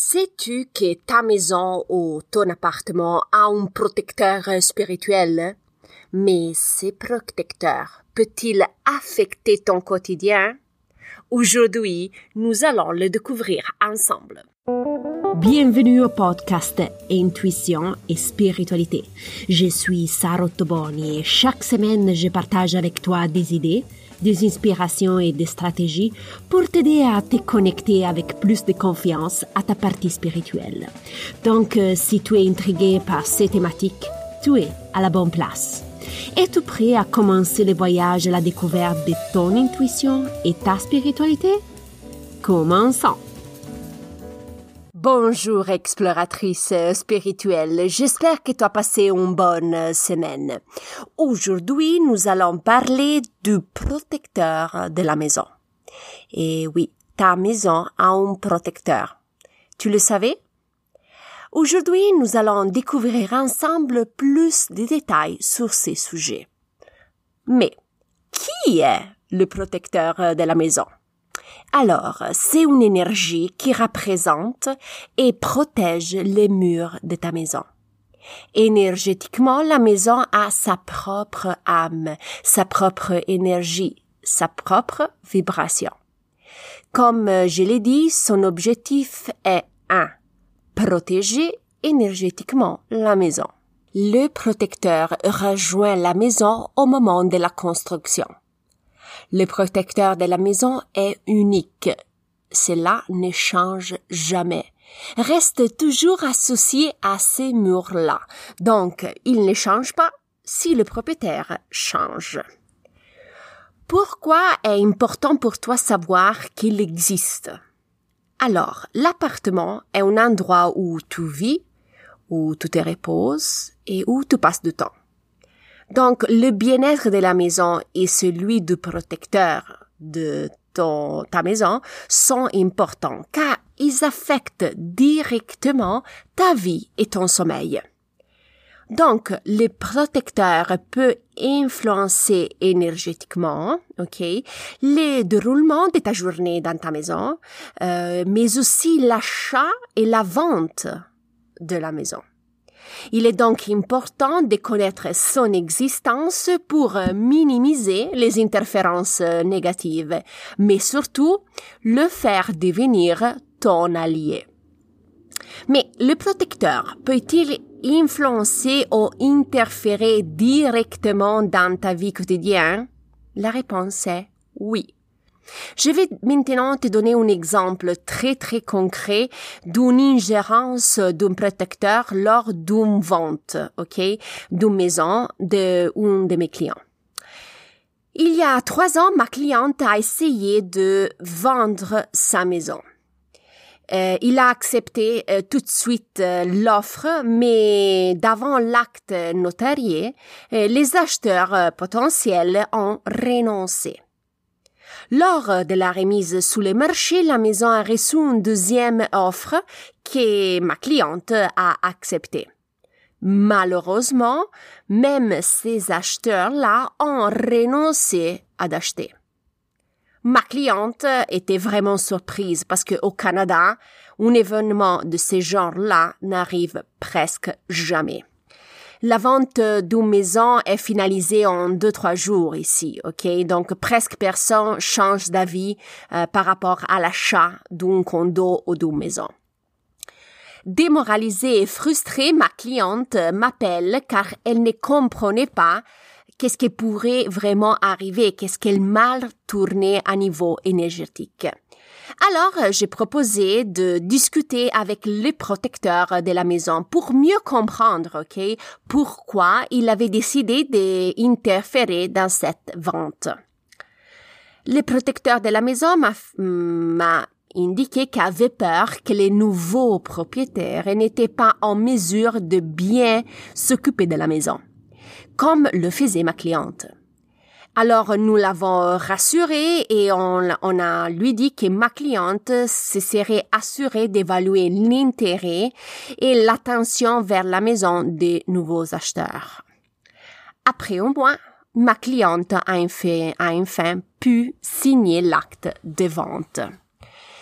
Sais-tu que ta maison ou ton appartement a un protecteur spirituel? Mais ce protecteur peut-il affecter ton quotidien? Aujourd'hui, nous allons le découvrir ensemble. Bienvenue au podcast Intuition et Spiritualité. Je suis Sarah Ottoboni et chaque semaine, je partage avec toi des idées, des inspirations et des stratégies pour t'aider à te connecter avec plus de confiance à ta partie spirituelle. Donc, si tu es intrigué par ces thématiques, tu es à la bonne place. Es-tu prêt à commencer le voyage à la découverte de ton intuition et ta spiritualité? Commençons! Bonjour exploratrice spirituelle, j'espère que tu as passé une bonne semaine. Aujourd'hui, nous allons parler du protecteur de la maison. Et oui, ta maison a un protecteur. Tu le savais? Aujourd'hui, nous allons découvrir ensemble plus de détails sur ces sujets. Mais, qui est le protecteur de la maison? Alors, c'est une énergie qui représente et protège les murs de ta maison. Énergétiquement, la maison a sa propre âme, sa propre énergie, sa propre vibration. Comme je l'ai dit, son objectif est 1. Protéger énergétiquement la maison. Le protecteur rejoint la maison au moment de la construction. Le protecteur de la maison est unique. Cela ne change jamais. Reste toujours associé à ces murs-là. Donc, il ne change pas si le propriétaire change. Pourquoi est important pour toi savoir qu'il existe? Alors, l'appartement est un endroit où tu vis, où tu te reposes et où tu passes du temps. Donc, le bien-être de la maison et celui du protecteur de ta maison sont importants car ils affectent directement ta vie et ton sommeil. Donc, le protecteur peut influencer énergétiquement, le déroulement de ta journée dans ta maison, mais aussi l'achat et la vente de la maison. Il est donc important de connaître son existence pour minimiser les interférences négatives, mais surtout le faire devenir ton allié. Mais le protecteur peut-il influencer ou interférer directement dans ta vie quotidienne? La réponse est oui. Je vais maintenant te donner un exemple très concret d'une ingérence d'un protecteur lors d'une vente, d'une maison d'un de mes clients. Il y a 3 ans, ma cliente a essayé de vendre sa maison. Il a accepté tout de suite l'offre, mais d'avant l'acte notarié, les acheteurs potentiels ont renoncé. Lors de la remise sous le marché, la maison a reçu une deuxième offre que ma cliente a acceptée. Malheureusement, même ces acheteurs-là ont renoncé à acheter. Ma cliente était vraiment surprise parce qu'au Canada, un événement de ce genre-là n'arrive presque jamais. La vente d'une maison est finalisée en 2-3 jours ici, Donc, presque personne change d'avis par rapport à l'achat d'un condo ou d'une maison. Démoralisée et frustrée, ma cliente m'appelle car elle ne comprenait pas qu'est-ce qui pourrait vraiment arriver, qu'est-ce qu'elle mal tournait à niveau énergétique. Alors, j'ai proposé de discuter avec le protecteur de la maison pour mieux comprendre, pourquoi il avait décidé d'interférer dans cette vente. Le protecteur de la maison m'a indiqué qu'il avait peur que les nouveaux propriétaires n'étaient pas en mesure de bien s'occuper de la maison, comme le faisait ma cliente. Alors, nous l'avons rassurée et on a lui dit que ma cliente se serait assurée d'évaluer l'intérêt et l'attention vers la maison des nouveaux acheteurs. Après un mois, ma cliente a enfin pu signer l'acte de vente.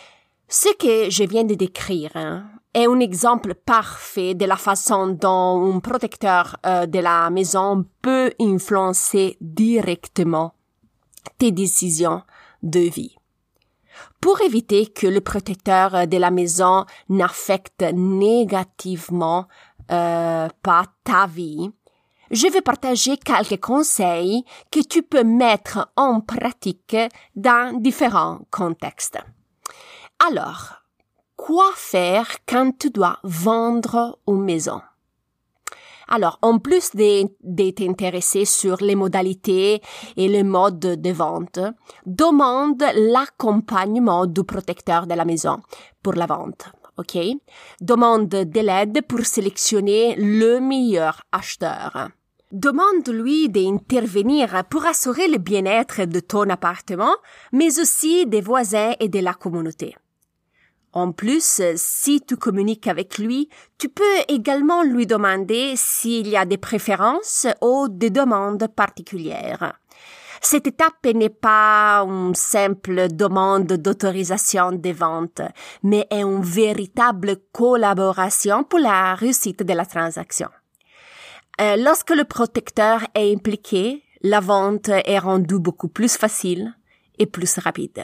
Ce que je viens de décrire est un exemple parfait de la façon dont un protecteur de la maison peut influencer directement tes décisions de vie. Pour éviter que le protecteur de la maison n'affecte négativement pas ta vie, je vais partager quelques conseils que tu peux mettre en pratique dans différents contextes. Alors, quoi faire quand tu dois vendre une maison? Alors, en plus de t'intéresser sur les modalités et le mode de vente, demande l'accompagnement du protecteur de la maison pour la vente. OK? Demande de l'aide pour sélectionner le meilleur acheteur. Demande-lui d'intervenir pour assurer le bien-être de ton appartement, mais aussi des voisins et de la communauté. En plus, si tu communiques avec lui, tu peux également lui demander s'il y a des préférences ou des demandes particulières. Cette étape n'est pas une simple demande d'autorisation de vente, mais est une véritable collaboration pour la réussite de la transaction. Lorsque le protecteur est impliqué, la vente est rendue beaucoup plus facile et plus rapide.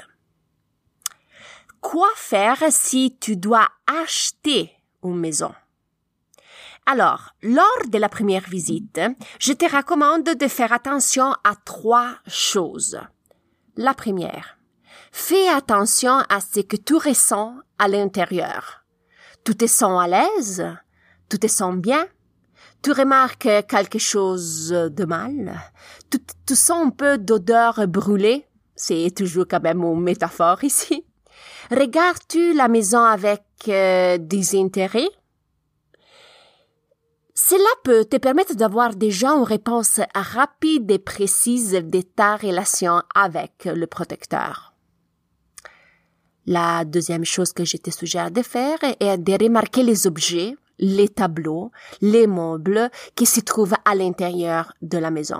Quoi faire si tu dois acheter une maison? Alors, lors de la première visite, je te recommande de faire attention à 3 choses. La première, fais attention à ce que tu ressens à l'intérieur. Tu te sens à l'aise? Tu te sens bien? Tu remarques quelque chose de mal? Tu sens un peu d'odeur brûlée? C'est toujours quand même une métaphore ici. Regardes-tu la maison avec des intérêts? Cela peut te permettre d'avoir déjà une réponse rapide et précise de ta relation avec le protecteur. La deuxième chose que je te suggère de faire est de remarquer les objets, les tableaux, les meubles qui se trouvent à l'intérieur de la maison.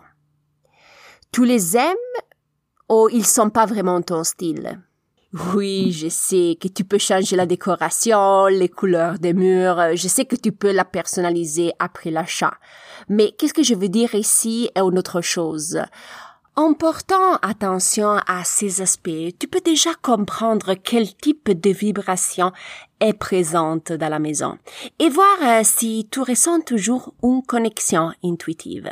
Tu les aimes ou ils sont pas vraiment ton style? Oui, je sais que tu peux changer la décoration, les couleurs des murs, je sais que tu peux la personnaliser après l'achat. Mais qu'est-ce que je veux dire ici est une autre chose. En portant attention à ces aspects, tu peux déjà comprendre quel type de vibration est présente dans la maison et voir si tu ressens toujours une connexion intuitive.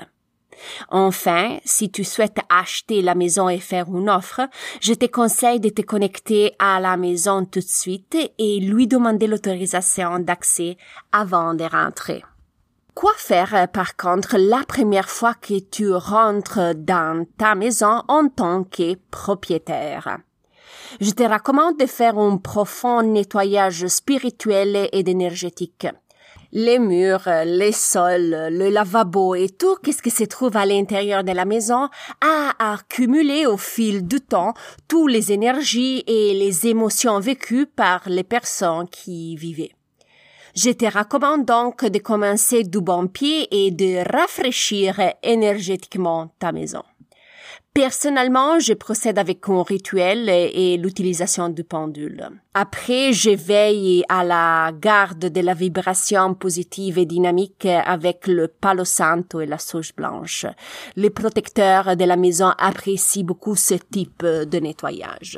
Enfin, si tu souhaites acheter la maison et faire une offre, je te conseille de te connecter à la maison tout de suite et lui demander l'autorisation d'accès avant de rentrer. Quoi faire, par contre, la première fois que tu rentres dans ta maison en tant que propriétaire? Je te recommande de faire un profond nettoyage spirituel et énergétique. Les murs, les sols, le lavabo et tout ce qui se trouve à l'intérieur de la maison a accumulé au fil du temps toutes les énergies et les émotions vécues par les personnes qui y vivaient. Je te recommande donc de commencer du bon pied et de rafraîchir énergétiquement ta maison. Personnellement, je procède avec un rituel et l'utilisation du pendule. Après, je veille à la garde de la vibration positive et dynamique avec le palo santo et la sauge blanche. Les protecteurs de la maison apprécient beaucoup ce type de nettoyage.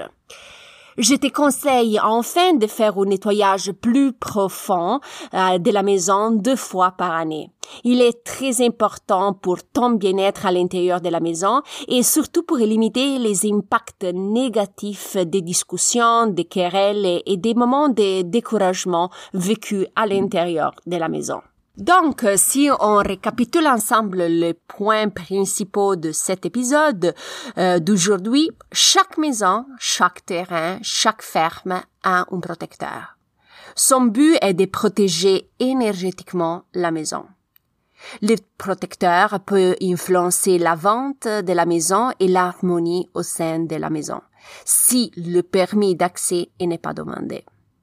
Je te conseille enfin de faire un nettoyage plus profond de la maison 2 fois par année. Il est très important pour ton bien-être à l'intérieur de la maison et surtout pour éliminer les impacts négatifs des discussions, des querelles et des moments de découragement vécus à l'intérieur de la maison. Donc, si on récapitule ensemble les points principaux de cet épisode d'aujourd'hui, chaque maison, chaque terrain, chaque ferme a un protecteur. Son but est de protéger énergétiquement la maison. Le protecteur peut influencer la vente de la maison et l'harmonie au sein de la maison, si le permis d'accès n'est pas demandé.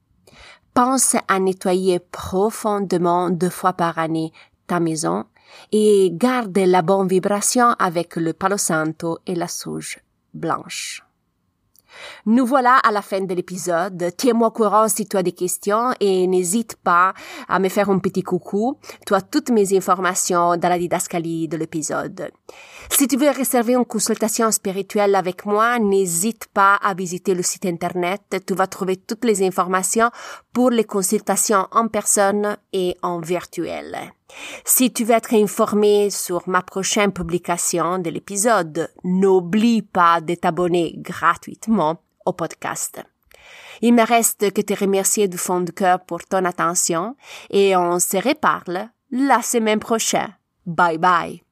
Pense à nettoyer profondément 2 fois par année ta maison et garde la bonne vibration avec le palo santo et la sauge blanche. Nous voilà à la fin de l'épisode. Tiens-moi au courant si tu as des questions et n'hésite pas à me faire un petit coucou. Tu as toutes mes informations dans la didascalie de l'épisode. Si tu veux réserver une consultation spirituelle avec moi, n'hésite pas à visiter le site internet. Tu vas trouver toutes les informations pour les consultations en personne et en virtuel. Si tu veux être informé sur ma prochaine publication de l'épisode, n'oublie pas de t'abonner gratuitement au podcast. Il me reste que te remercier du fond du cœur pour ton attention et on se reparle la semaine prochaine. Bye bye.